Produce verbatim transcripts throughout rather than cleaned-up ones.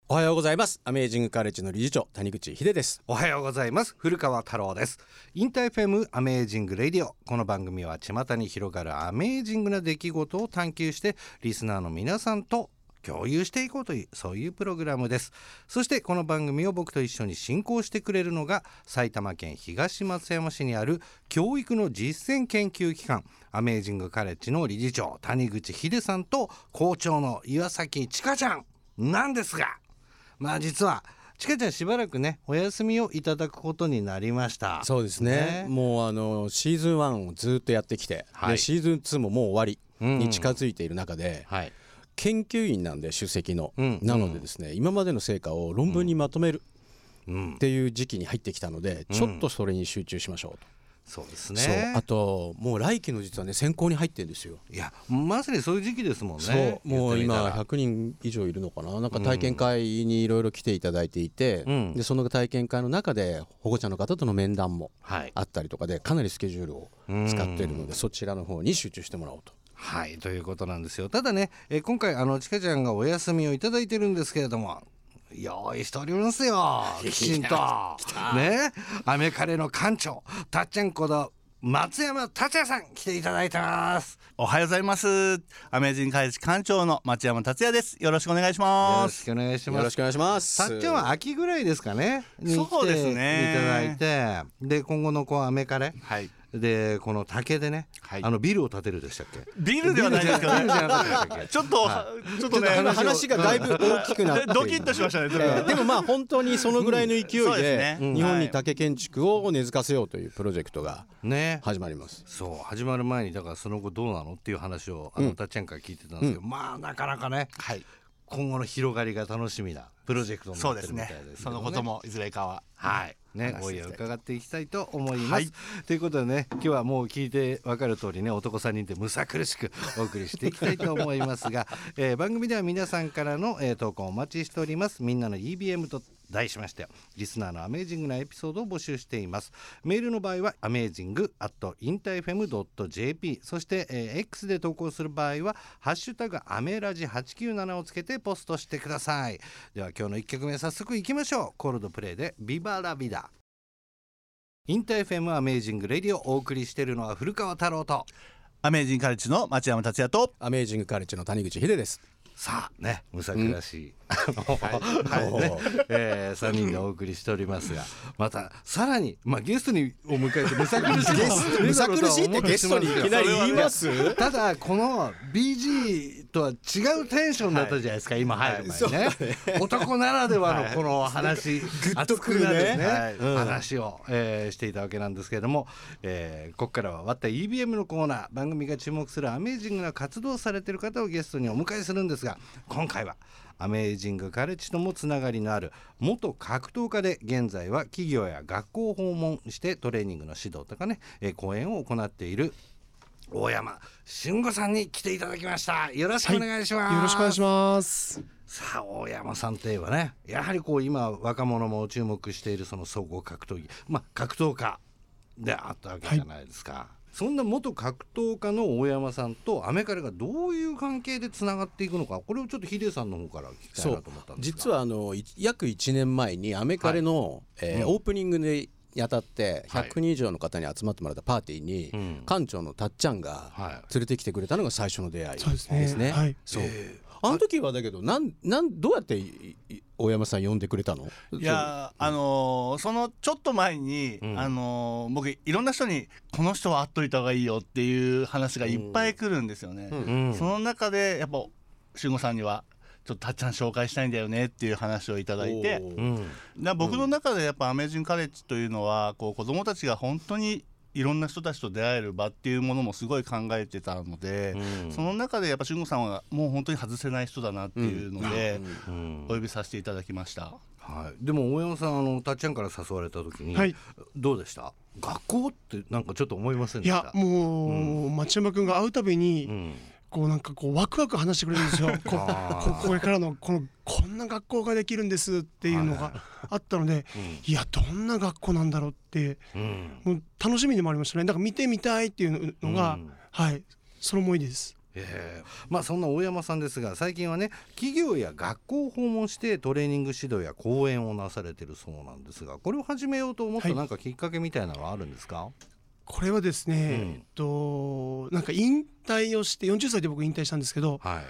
おはようございます。アメージングカレッジの理事長谷口秀です。 おはようございます。古川太郎です。インター エフエム アメージングレディオ。この番組は巷に広がるアメージングな出来事を探求してリスナーの皆さんと共有していこうという、そういうプログラムです。そしてこの番組を僕と一緒に進行してくれるのが埼玉県東松山市にある教育の実践研究機関アメージングカレッジの理事長谷口秀さんと校長の岩崎千佳ちゃんなんですが、まあ実はちかちゃんしばらくねお休みをいただくことになりました。 そうですね、ねもうあのシーズンワンをずっとやってきて、はい、でシーズンツーももう終わりに近づいている中で、うんはい、研究員なんで出席の、うん、なのでですね、今までの成果を論文にまとめるっていう時期に入ってきたので、うん、ちょっとそれに集中しましょうと。 そうですね。 そうあともう来期の実はね選考に入ってるんですよ。 いやまさにそういう時期ですもんね。 そうもう今ひゃくにん以上いるのかな。なんか体験会にいろいろ来ていただいていて、うん、でその体験会の中で保護者の方との面談もあったりとかで、かなりスケジュールを使っているので、そちらの方に集中してもらおうと。 はいということなんですよ。ただね、え今回あのちかちゃんがお休みをいただいてるんですけれども、用意しておりますよきちんとね。アメカレの館長たっちゃんこと松山達也さん来ていただいてます。 おはようございます。アメージングカレッジ館長の松山達也です。よろしくお願いします。 よろしくお願いします。 よろしくお願いします。 たっちゃんは秋ぐらいですかねにそうですね来ていただいて、で今後のこうアメカレ、はい、でこの竹でね、はい、あのビルを建てるでしたっけ。 ビルではないですけどね。ビルじゃなかったでしたっけ。ちょっと、はい、ちょっとね話がだいぶ大きくなってドキッとしましたね、 えー、でもまあ本当にそのぐらいの勢いで、うんね、日本に竹建築を根付かせようというプロジェクトが始まります、 ね、そう始まる前にだからその後どうなのっていう話をあのたっちゃんから聞いてたんですけど、うん、まあなかなかね、はい、今後の広がりが楽しみなプロジェクトになってるみたいですけどね。 そうですね。そのこともいずれかははいね、おいを伺っていきたいと思います、はい、ということでね、今日はもう聞いて分かる通りね、男さんにんでむさ苦しくお送りしていきたいと思いますが、えー、番組では皆さんからの、えー、投稿をお待ちしております。みんなの イービーエム と題しましてリスナーのアメージングなエピソードを募集しています。メールの場合は アメージング アット インターエフエム ドット ジェーピー、 そして、えー、X で投稿する場合はハッシュタグアメラジはちきゅうななをつけてポストしてください。では今日のいっきょくめ早速いきましょう。コールドプレイでビバラビダ。インター エフエム アメージングレディオをお送りしているのは古川太郎とアメージングカレッジの町山達也とアメージングカレッジの谷口秀です。 さあね、むさ苦しい、うんはいねえー、さんにんでお送りしておりますが、またさらに、まあ、ゲストにを迎えてむさ苦しいむさ苦しいってゲストにいきなり言います。 ただこの ビージー とは違うテンションだったじゃないですか、はい、今入る前にね、はいね、男ならではのこの話、はい、熱くなるね、はいうん、話を、えー、していたわけなんですけれども、えー、ここからはわった イービーエム のコーナー、番組が注目するアメージングな活動をされている方をゲストにお迎えするんですが、今回はアメージングカレッジともつながりのある元格闘家で現在は企業や学校を訪問してトレーニングの指導とかね、えー、講演を行っている大山俊吾さんに来ていただきました。よろしくお願いします、はい、 よろしくお願いします。 さあ大山さんといえばね、やはりこう今若者も注目しているその総合格闘技、まあ格闘家であったわけじゃないですか、はい。そんな元格闘家の大山さんとアメカレがどういう関係でつながっていくのか、これをちょっとヒデさんの方から聞きたいなと思ったんですが。 実はあの約いちねんまえにアメカレの、はいえーうん、オープニングでにあたってひゃくにん以上の方に集まってもらったパーティーに、はい、館長のたっちゃんが連れてきてくれたのが最初の出会いですね。そうですね、はい、そうえーあの時はだけどなんなんどうやって大山さん呼んでくれたの？ いやあのー、そのちょっと前に、うんあのー、僕いろんな人にこの人は会っといた方がいいよっていう話がいっぱい来るんですよね、うんうん、その中でやっぱ俊吾さんにはちょっとたっちゃん紹介したいんだよねっていう話をいただいて、うん、だ僕の中でやっぱアメージングカレッジというのはこう子どもたちが本当にいろんな人たちと出会える場っていうものもすごい考えてたので、うん、その中でやっぱ俊吾さんはもう本当に外せない人だなっていうので、うん、お呼びさせていただきました、 はい、でも大山さんあのたっちゃんから誘われた時に、はい、どうでした？学校ってなんかちょっと思いませんでした？ いやもう、うん、町山くんが会うたびに、うんこうなんかこうワクワク話してくれるんですよこ, こ, これからのこのこんな学校ができるんですっていうのがあったので、はいうん、いやどんな学校なんだろうって、うん、もう楽しみでもありましたね。だから見てみたいっていうのが、うん、はいその思いです。 えー、まあそんな大山さんですが、最近はね企業や学校を訪問してトレーニング指導や講演をなされてるそうなんですが、これを始めようと思ったなんかきっかけみたいなのはあるんですか？はい、 これはですね、うん、えっとなんか引退をしてよんじゅっさいで僕引退したんですけど、はい、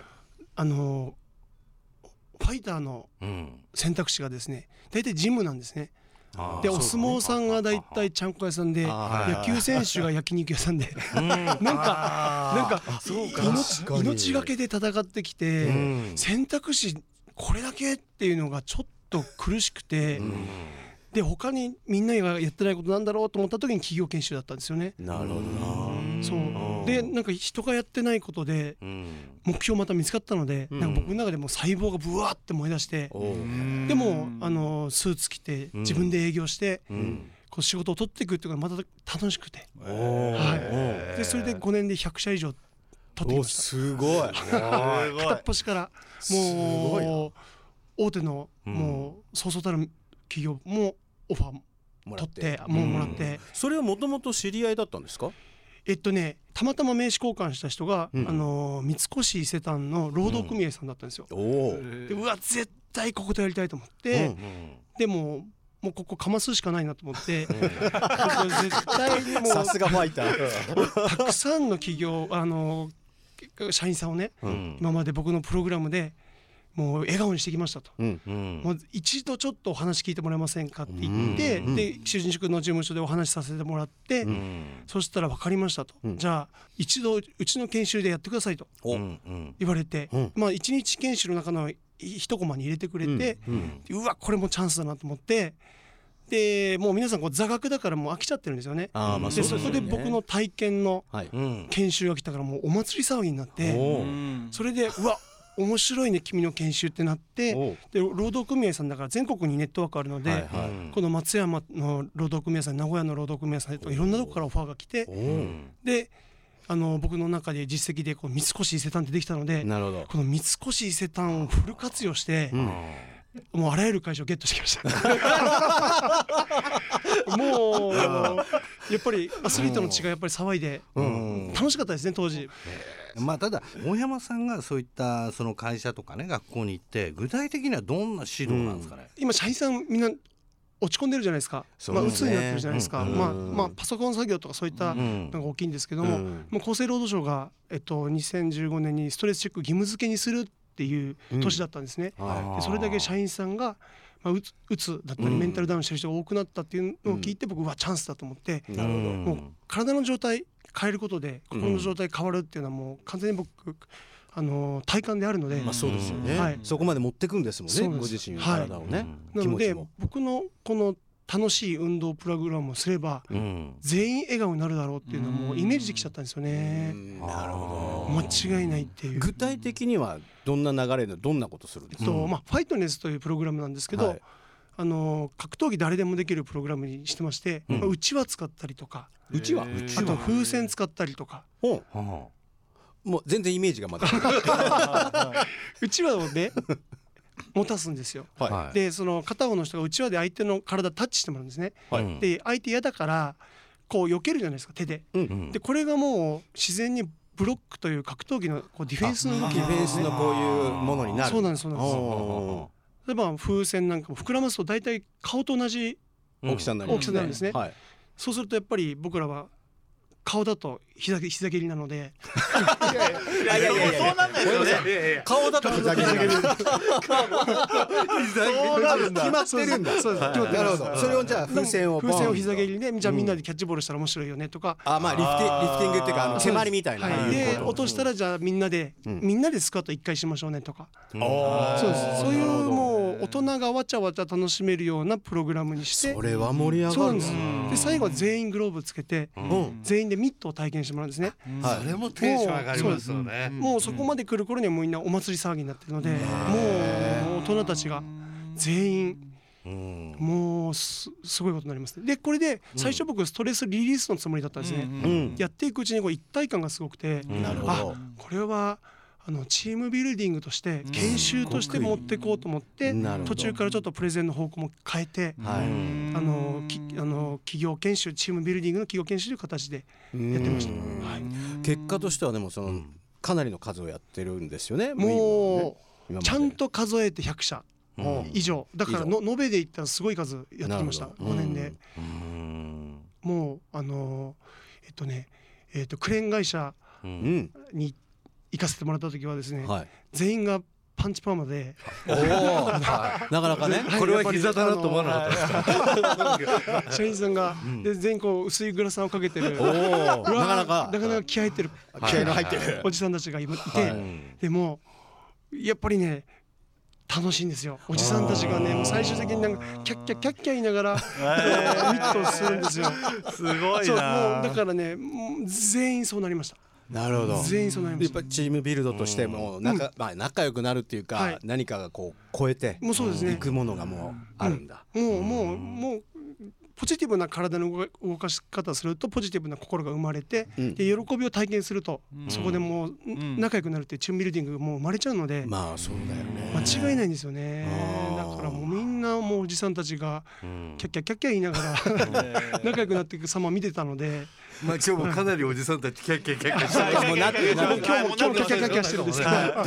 あのファイターの選択肢がですね大体ジムなんですね。でお相撲さんが大体ちゃんこ屋さんで、野球選手が焼肉屋さんでなんかなんか命命がけで戦ってきて、選択肢これだけっていうのがちょっと苦しくて、で他にみんながやってないことなんだろうと思った時に企業研修だったんですよね。 なるほどな。 そうでなんか人がやってないことで目標また見つかったので、なんか僕の中でも細胞がブワーって燃え出して、でもあのスーツ着て自分で営業してこう仕事を取っていくっていうのがまた楽しくて、はい、でそれでごねんでひゃくしゃ以上取ってきました。 すごい片っ端からもう大手のもうそうそうたる企業もオファー取ってもうもらって、 それはもともと知り合いだったんですか？ えっとねたまたま名刺交換した人が、うん、あの三越伊勢丹の労働組合さんだったんですよ。うん、でうわ絶対こことやりたいと思って、うん、でももうここかますしかないなと思って、うん、絶対にもうさすがファイターたくさんの企業あの社員さんをね、うん、今まで僕のプログラムでもう笑顔にしてきましたと、うんうん、もう一度ちょっとお話聞いてもらえませんかって言って、うんうん、で主人宿の事務所でお話しさせてもらって、うん、そしたら分かりましたと、うん、じゃあ一度うちの研修でやってくださいと言われて、うん、まあ一日研修の中の一コマに入れてくれて、うんうん、うわこれもチャンスだなと思って、でもう皆さんこう座学だからもう飽きちゃってるんですよね。あ、まあ、でそこで僕の体験の研修が来たからもうお祭り騒ぎになって、うん、それでうわ面白いね君の研修ってなって、で労働組合さんだから全国にネットワークあるので、はいはい、この松山の労働組合さん、名古屋の労働組合さんといろんなとこからオファーが来て、であの僕の中で実績でこう三越伊勢丹ってできたので、この三越伊勢丹をフル活用して、うん、もうあらゆる会社をゲットしてきましたもうやっぱりアスリートの血がやっぱり騒いで、うん、楽しかったですね当時。 まあ、ただ大山さんがそういったその会社とかね学校に行って具体的にはどんな指導なんですかね？ うん、今社員さんみんな落ち込んでるじゃないですか。そうですね、まあ、鬱になってるじゃないですか。うん、まあまあ、パソコン作業とかそういったのが大きいんですけども、うん、もう厚生労働省が、えっと、にせんじゅうごねんにストレスチェック義務付けにするっていう年だったんですね。うん、でそれだけ社員さんがまあ、うつ、うつだったりメンタルダウンしてる人が多くなったっていうのを聞いて、僕はチャンスだと思って、うん、もう体の状態変えることで心の状態変わるっていうのはもう完全に僕あの体感であるので、 まあ、そうですよね、はい、そこまで持ってくんですもんね、ご自身の体をね、はい、なので僕のこの楽しい運動プログラムをすれば、うん、全員笑顔になるだろうっていうのはもうイメージできちゃったんですよね。 なるほど、間違いないっていう。 具体的にはどんな流れでどんなことするんですか？ と、まあ、ファイトネスというプログラムなんですけど、はい、あの格闘技誰でもできるプログラムにしてまして、うん、まあ、うちわ使ったりとか、 うちわ、 あと風船使ったりとか、 もう全然イメージがまだうちわをね持たすんですよ、はい、でその片方の人がうちわで相手の体タッチしてもらうんですね、はい、で相手嫌だからこう避けるじゃないですか手で、うんうん、でこれがもう自然にブロックという格闘技のこうディフェンスの動き、 ディフェンスのこういうものになる。 そうなんですそうなんです。例えば風船なんかも膨らますと大体顔と同じ大きさになるんですね、はい、そうするとやっぱり僕らは顔だと膝膝蹴りなのでいやいやいやいやそうなんないですよね。 顔だと膝蹴りそうなるんだ、決まってるんだ。そうです、なるほど。それをじゃあ風船を風船を膝蹴りで、じゃあみんなでキャッチボールしたら面白いよねとか、 あ、まあリフティリフティングっていうかあの蹴鞠みたいな、 で落としたらじゃあみんなでみんなでスクワット一回しましょうねとか、そうです。そういうもう大人がわちゃわちゃ楽しめるようなプログラムにして、 それは盛り上がる。 で最後は全員グローブつけて全員でミットを体験してもらうんですね。 それもテンション上がりますよね。 もうそこまで来る頃にはもうみんなお祭り騒ぎになってるので、もう大人たちが全員もう す, すごいことになりますね。でこれで最初僕ストレスリリースのつもりだったんですね、うん、やっていくうちにこう一体感がすごくて、うん、あこれはあのチームビルディングとして研修として持っていこうと思って、うん、途中からちょっとプレゼンの方向も変えて、はい、あのきあの企業研修チームビルディングの企業研修という形でやってました、はい、 結果としてはでもそのかなりの数をやってるんですよね。 もう、 ね、 ちゃんと数えてひゃくしゃ以上、だからの延べで言ったらすごい数やってきました。ごねんで。うんもうあのー、えっとねえっとクレーン会社に行かせてもらった時はですね、はい、全員がパンチパーマでおなかなかね、 これは膝だなと思わなかったですか。 社員さんが、うん、で全員こう薄いグラサンをかけてる、 おなかなかなかなか気合入ってる気合の入ってるおじさんたちがいて、はい、でもやっぱりね楽しいんですよ。おじさんたちがねもう最終的になんかキャッキャッキャッキャ言いながら、えー、ミットをするんですよ。 すごいな。 そうもうだからね全員そうなりました。 なるほど。 全員そうなりました。 やっぱチームビルドとしても仲、うんまあ、仲良くなるっていうか、はい、何かがこう超えてもうそうですね。 いくものがもうあるんだ。 うん、もうもうもうポジティブな体の動かし方するとポジティブな心が生まれて、うん、で喜びを体験すると、うん、そこでもう仲良くなるっていうチームビルディングがもう生まれちゃうので、 まあそうだよね。 間違いないんですよね。だからもうみんなもうおじさんたちがキャッキャッキャッキャ言いながら仲良くなっていく様を見てたので。 まあ今日もかなりおじさんたちキャッキャッキャッキャしてもうなってる。 今日も今日もキャッキャッキャッキャしてるんですか。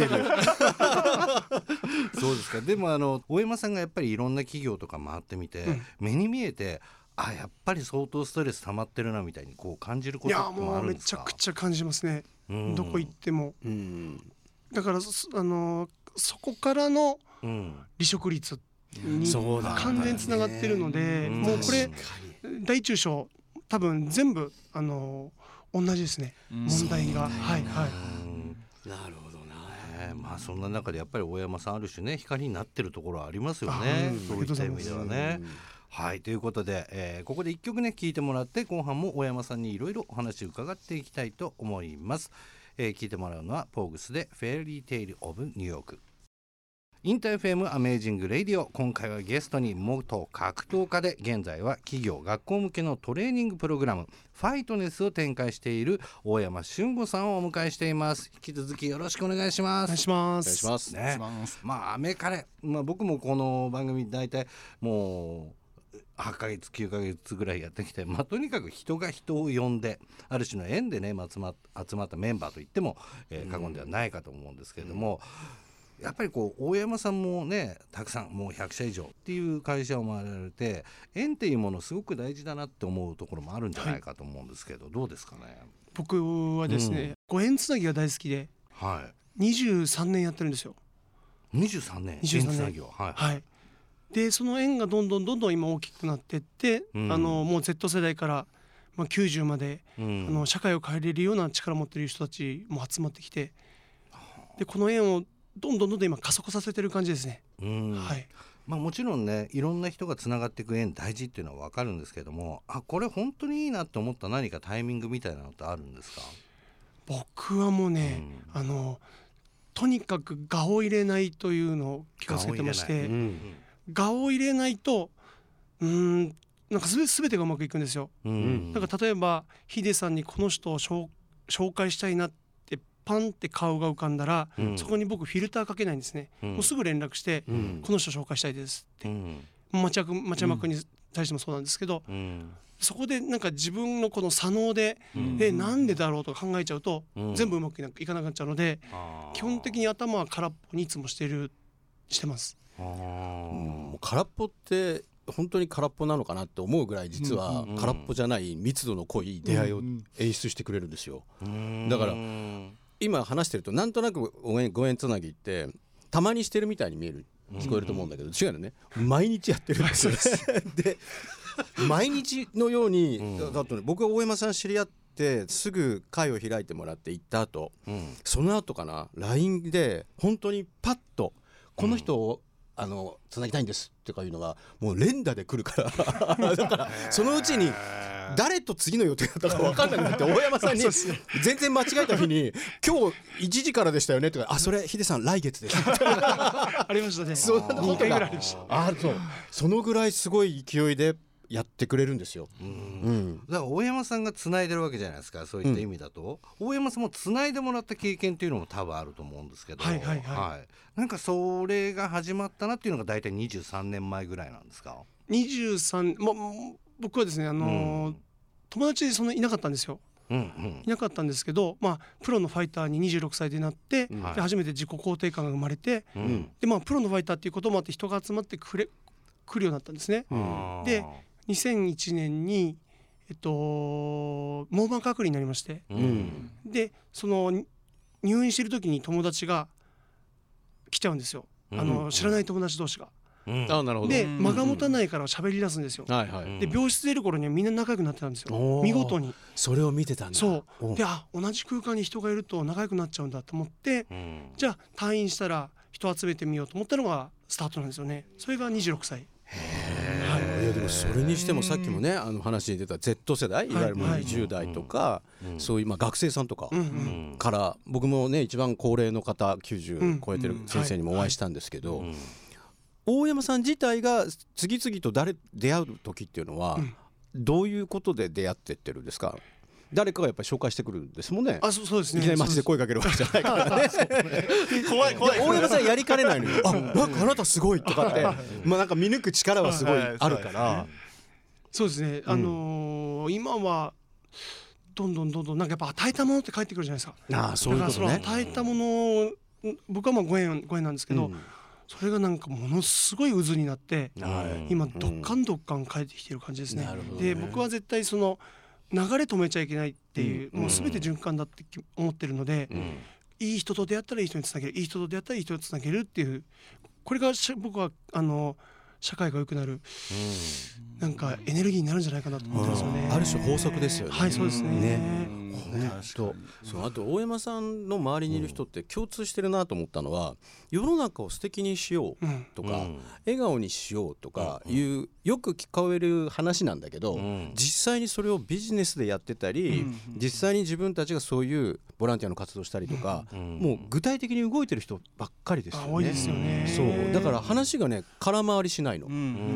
そうですか。でもあの大山さんがやっぱりいろんな企業とか回ってみて、うん、目に見えてあやっぱり相当ストレス溜まってるなみたいにこう感じることってもあるんですか。 いやもうめちゃくちゃ感じますね、うん、どこ行っても、うん、だからあのそこからの離職率に完全につながってるので、うん、もうこれ大中小多分全部あの同じですね、うん、問題が、はいはい。 なるほどな。 まあそんな中でやっぱり大山さんある種ね光になってるところはありますよね。そういった意味ではね。はいということで、えー、ここでいっきょくね聴いてもらって後半も大山さんにいろいろお話を伺っていきたいと思います。えー、聴いてもらうのはポーグスでフェアリーテイルオブニューヨーク。インターフェムアメージングレイディオ、今回はゲストに元格闘家で現在は企業学校向けのトレーニングプログラムファイトネスを展開している大山俊吾さんをお迎えしています。引き続きよろしくお願いします。 お願いします。 お願いしますね。 まあアメカレ、まあ、僕もこの番組大体もうはちかげつきゅうかげつぐらいやってきて、まあ、とにかく人が人を呼んである種の縁でね集まったメンバーといっても、えー、過言ではないかと思うんですけれども、うん、やっぱりこう大山さんもねたくさんもうひゃくしゃ以上っていう会社を回られて縁っていうものすごく大事だなって思うところもあるんじゃないかと思うんですけど、はい、どうですかね。 僕はですね、うん、ご縁つなぎが大好きで、はい、にじゅうさんねんやってるんですよ。 にじゅうさんねん、 にじゅうさんねん縁つなぎを、はい、 はい、でその縁がどんどんどんどん今大きくなっていって、うん、あのもう Z 世代から、まあ、きゅうじゅうまで、うん、あの社会を変えれるような力を持っている人たちも集まってきて、でこの縁をどんどんどんどん今加速させてる感じですね、うん、はい。 まあ、もちろんねいろんな人がつながっていく縁大事っていうのは分かるんですけども、あこれ本当にいいなと思った何かタイミングみたいなのってあるんですか。 僕はもうね、うん、あのとにかく我を入れないというのを気がつけてまして、我を入れないとうーんなんかすべてがうまくいくんですよ、うん、なんか例えばヒデさんにこの人を紹介したいなってパンって顔が浮かんだら、うん、そこに僕フィルターかけないんですね、うん、もうすぐ連絡して、うん、この人紹介したいですって、うん、町山君に対してもそうなんですけど、うん、そこでなんか自分のこの左脳で、うん、えなんでだろうと考えちゃうと、うん、全部うまくいかなくなっちゃうので、基本的に頭は空っぽにいつもしてるしてます。 あ、うん、もう空っぽって本当に空っぽなのかなって思うぐらい実は空っぽじゃない密度の濃い出会いを演出してくれるんですよ。だから今話してるとなんとなくご縁、ご縁つなぎってたまにしてるみたいに見える聞こえると思うんだけど、違うのね、毎日やってるんですよねで毎日のように、うん、だとね、僕が大山さん知り合ってすぐ会を開いてもらって行った後、うん、その後かな ライン で本当にパッとこの人を、うん、あのつなぎたいんですとかいうのがもう連打で来るからだからそのうちに誰と次の予定だったか分かんなくなって大山さんに全然間違えた日に今日いちじからでしたよねとか、あそれヒデさん来月ですありましたね。そんなにかいぐらいありました。 あそう、そのぐらいすごい勢いでやってくれるんですよ、うんうん、 だから大山さんがつないでるわけじゃないですか。そういった意味だと、うん、大山さんもつないでもらった経験っていうのも多分あると思うんですけど、はいはいはいはい、なんかそれが始まったなっていうのが大体にじゅうさんねんまえぐらいなんですか。 にじゅうさん、ま、僕はですね、あのーうん、友達そんないなかったんですよ。 いなかったんですけど、まあ、プロのファイターににじゅうろくさいでなって、うん、で初めて自己肯定感が生まれて、うん、でまあ、プロのファイターっていうこともあって人が集まってくれ来るようになったんですね、うん、でにせんいちねんに、えっと、網膜剥離になりまして、うん、でその入院してる時に友達が来ちゃうんですよ、あの知らない友達同士が。うん、あ、なるほど。で間が持たないから喋り出すんですよ、はいはい、で病室出る頃にはみんな仲良くなってたんですよ、見事に。 それを見てたんだ。 そうで、あ、同じ空間に人がいると仲良くなっちゃうんだと思って、うん、じゃあ退院したら人集めてみようと思ったのがスタートなんですよね。それがにじゅうろくさい。 はい、いやでもそれにしてもさっきもねあの話に出た Z 世代、いわゆるもうにじゅう代とか、そういうまあ学生さんとかから僕もね一番高齢の方きゅうじゅう超えてる先生にもお会いしたんですけど、大山さん自体が次々と誰出会う時っていうのはどういうことで出会ってってるんですか？誰かがやっぱり紹介してくるんですもんね。 あ、そ、そうですね。 いきなり街で声かけるわけじゃないからね。 怖い怖い。 大山さんやりかねないのに、あ、なんかあなたすごいとかって、まあなんか見抜く力はすごいあるから。 そうですね。あのー、今はどんどんどんどんなんかやっぱ与えたものって返ってくるじゃないですか。 ああ、そういうことね。 だからその与えたものを僕はまあご縁ご縁なんですけど、うん、それがなんかものすごい渦になって、今どっかんどっかん返ってきてる感じですね。うん、で、僕は絶対その流れ止めちゃいけないっていう、うん、もう全て循環だって思ってるので、うん、いい人と出会ったらいい人につなげる、いい人と出会ったらいい人につなげるっていう、これが僕はあの社会が良くなる、うん、なんかエネルギーになるんじゃないかなと思ってますよね。 ある種法則ですよね。 はい、そうですね。ね、 ね、とそうあと大山さんの周りにいる人って共通してるなと思ったのは、世の中を素敵にしようとか、うん、笑顔にしようとかいう、うん、よく聞こえる話なんだけど、うん、実際にそれをビジネスでやってたり、うん、実際に自分たちがそういうボランティアの活動したりとか、うん、もう具体的に動いてる人ばっかりですよね。 多いですよね。 そうだから話がね空回りしないの、うん、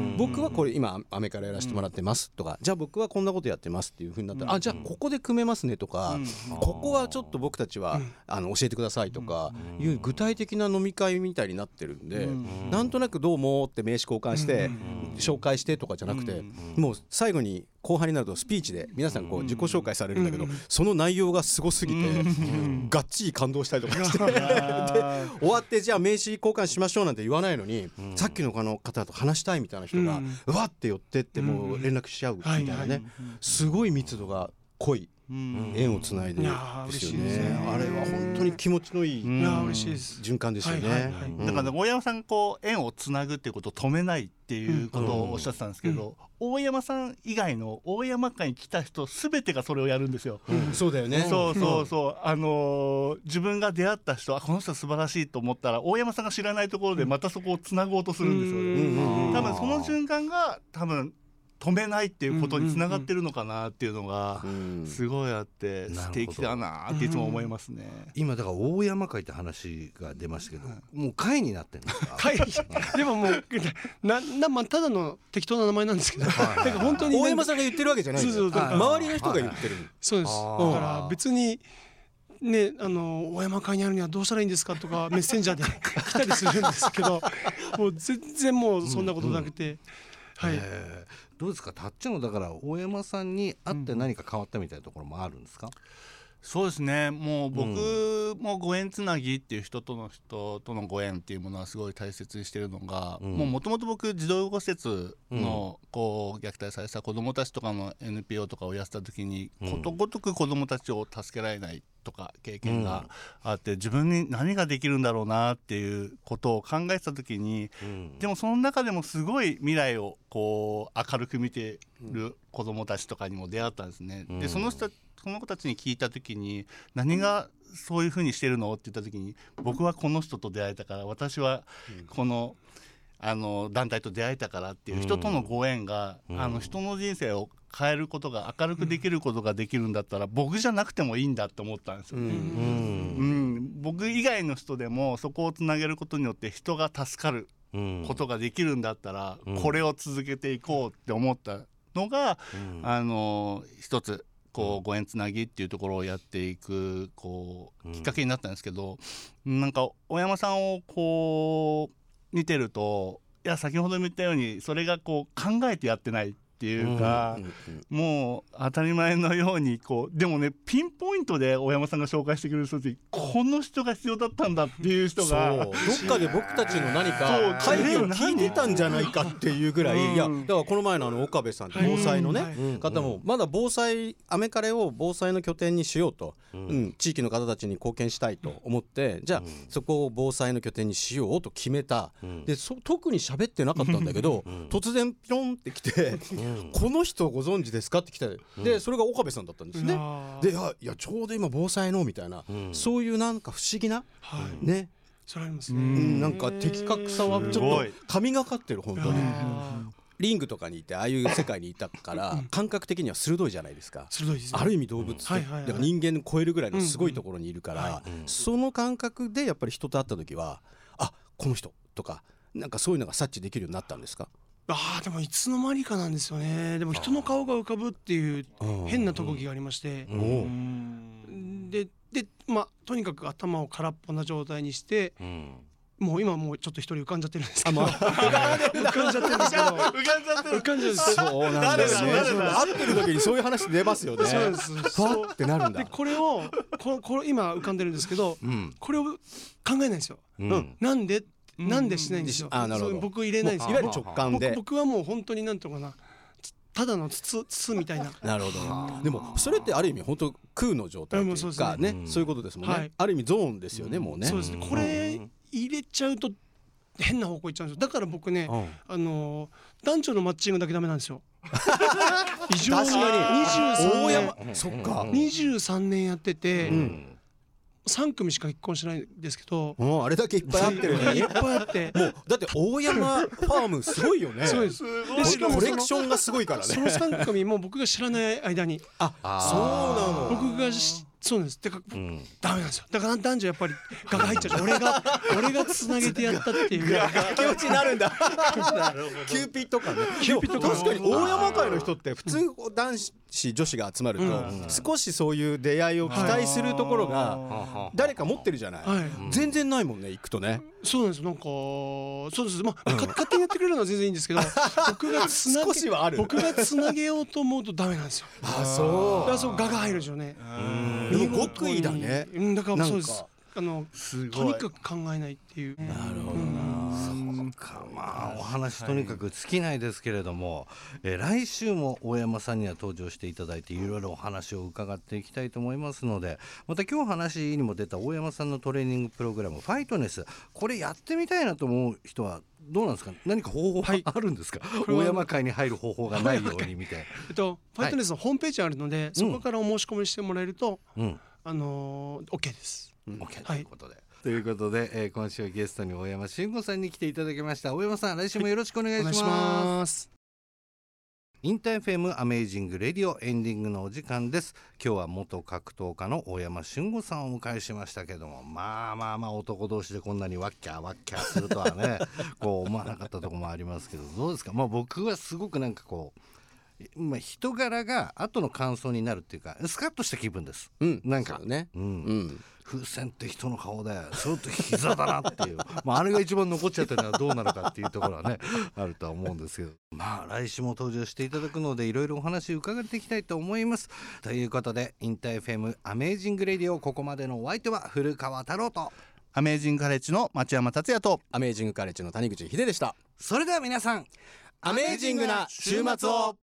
僕はこれ今アメからやらせてもらってますとか、じゃあ僕はこんなことやってますっていう風になったら、うん、あ、じゃあここで組めますねとか、うん、ここはちょっと僕たちは、うん、あの教えてくださいとかいう具体的な飲み会みたいになってるんで、うん、なんとなくどうもって名刺交換して、うん、紹介してとかじゃなくて、うん、もう最後に後半になるとスピーチで皆さんこう自己紹介されるんだけど、うん、その内容がすごすぎて、うん、がっちり感動したりとかしてで終わってじゃあ名刺交換しましょうなんて言わないのに、うん、さっきのあの方と話したいみたいな人が、うん、うわって寄ってってもう連絡しちゃうみたいなね、すごい密度が濃い縁をつないでるんですよね。あれは本当に気持ちのいい循環ですよね。 だから大山さんこう縁をつなぐっていうことを止めないっていうことをおっしゃってたんですけど、大山さん以外の大山会に来た人全てがそれをやるんですよ。 うん、そうだよね。 そうそうそう、あのー、自分が出会った人、あ、この人素晴らしいと思ったら大山さんが知らないところでまたそこをつなごうとするんですよね。多分その循環が多分止めないっていうことにつながってるのかなっていうのがすごいあって素敵だなっていつも思いますね。 今だから大山会って話が出ましたけど、もう会になってるんですか？ 会でももうなな、まあ、ただの適当な名前なんですけど、はい、本当に大山さんが言ってるわけじゃないんですよ。周りの人が言ってる。 そうです。だから別にね、あの大山会にあるにはどうしたらいいんですかとかメッセンジャーで来たりするんですけど、もう全然もうそんなことなくて、うんうん、はい。 どうですか、たっちゃんのだから大山さんに会って何か変わったみたいなところもあるんですか？うん、 そうですね、もう僕もご縁つなぎっていう人との人とのご縁っていうものはすごい大切にしてるのが、もともと僕児童養護施設のこう虐待された子どもたちとかの エヌピーオー とかをやってた時に、ことごとく子どもたちを助けられないとか経験があって、自分に何ができるんだろうなっていうことを考えてた時に、でもその中でもすごい未来をこう明るく見てる子どもたちとかにも出会ったんですね。でその人その子たちに聞いた時に、何がそういう風にしてるのって言った時に、僕はこの人と出会えたから、私はこの、あの団体と出会えたからっていう人とのご縁が、あの人の人生を変えることが、明るくできることができるんだったら、僕じゃなくてもいいんだって思ったんですよね。うん、うん、僕以外の人でもそこをつなげることによって人が助かることができるんだったら、これを続けていこうって思ったのが、あの一つこうご縁つなぎっていうところをやっていくこうきっかけになったんですけど、なんか大山さんをこう見てると、いや先ほども言ったようにそれがこう考えてやってないっっていうか、もう当たり前のようにこうでもねピンポイントで大山さんが紹介してくれる人ってこの人が必要だったんだっていう人がそうどっかで僕たちの何か会議を聞いてたんじゃないかっていうぐらい、いやだからこの前のあの岡部さんって防災のね方もまだ防災アメカレを防災の拠点にしようと、うん、地域の方たちに貢献したいと思って、じゃあそこを防災の拠点にしようと決めた。でそ特に喋ってなかったんだけど突然ピロンって来てこの人ご存知ですかって来て、でそれが岡部さんだったんですね。でいやいやちょうど今防災のみたいな、そういうなんか不思議なね、 それありますね、うんなんか的確さはちょっと神がかってる本当に。リングとかにいてああいう世界にいたから感覚的には鋭いじゃないですか。 鋭いですね。 ある意味動物って、だから人間を超えるぐらいのすごいところにいるから、その感覚でやっぱり人と会った時はあこの人とかなんかそういうのが察知できるようになったんですか？ あでもいつの間にかなんですよね。でも人の顔が浮かぶっていう変な特技がありまして、ででまあとにかく頭を空っぽな状態にして、もう今もうちょっと一人浮かんじゃってるんですけど、浮かんじゃってるんですけど、浮かんじゃってる浮かんじゃってる。 そうなんですね。会ってる時にそういう話出ますよね。 そうです。 ふわってなるんだ。 でこれをここれ今浮かんでるんですけど、これを考えないんですよ。なんでなんでしないんですよ。僕入れないんですよ。 いわゆる直感で。 僕はもう本当になんとかな。ただの筒筒みたいな。 なるほど。でもそれってある意味本当空の状態というかね、そういうことですもんね。ある意味ゾーンですよねもうね。 そうですね。これ入れちゃうと変な方向行っちゃうんですよ。だから僕ね、あの男女のマッチングだけダメなんですよ。異常ににじゅうさんねん、 そっか。 にじゅうさんねんやってて。さん組しか結婚しないんですけど、 もうあれだけいっぱいあってるのにいっぱいあってもうだって大山ファームすごいよね。 そうです。 でしかもコレクションがすごいからね。 そのさん組も僕が知らない間に、 あそうなの。 僕がそうなんです。てかダメなんですよ。だから男女やっぱりガが入っちゃう。俺が俺がつなげてやったっていう気持ちになるんだ。キューピッドかね。キューピッド確かに大山会の人って普通男子女子が集まると少しそういう出会いを期待するところが誰か持ってるじゃない。全然ないもんね行くとね。 そうなんです。なんかそうです。まあ勝手にやってくれるのは全然いいんですけど、僕がつなげ僕がつなげようと思うとダメなんですよ。 あそう。 だからそうガが入るんですよね。 でも極意だね。 うんだからそうです。あのとにかく考えないっていう。 なるほどな。 そうか、まあお話とにかく尽きないですけれども、えー、来週も大山さんには登場していただいていろいろお話を伺っていきたいと思いますので、また今日話にも出た大山さんのトレーニングプログラムファイトネス、これやってみたいなと思う人はどうなんですか？何か方法はあるんですか？大山会に入る方法がないようにみたいな。 えっとファイトネスのホームページあるので、はい、そこからお申し込みしてもらえると、うん、あのー、OK です。 うん、OK ということで。はいということで、えー、今週はゲストに大山慎吾さんに来ていただきました。大山さん来週もよろしくお願いします。はい、インター エフエム アメージングレディオエンディングのお時間です。今日は元格闘家の大山慎吾さんをお迎えしましたけども、まあまあまあ男同士でこんなにワッキャーワッキャーするとはねこう思わなかったところもありますけど、どうですか？まあ僕はすごくなんかこうまあ、人柄が後の感想になるっていうかスカッとした気分です、うん、なんかね、うんうん、風船って人の顔でそれと膝だなっていうまああれが一番残っちゃってるのはどうなのかっていうところはねあるとは思うんですけど、まあ来週も登場していただくのでいろいろお話伺っていきたいと思います。ということでインター エフエム アメージングレディオ、ここまでのお相手は古川太郎とアメージングカレッジの町山達也とアメージングカレッジの谷口秀でした。 それでは皆さんアメージングな週末を。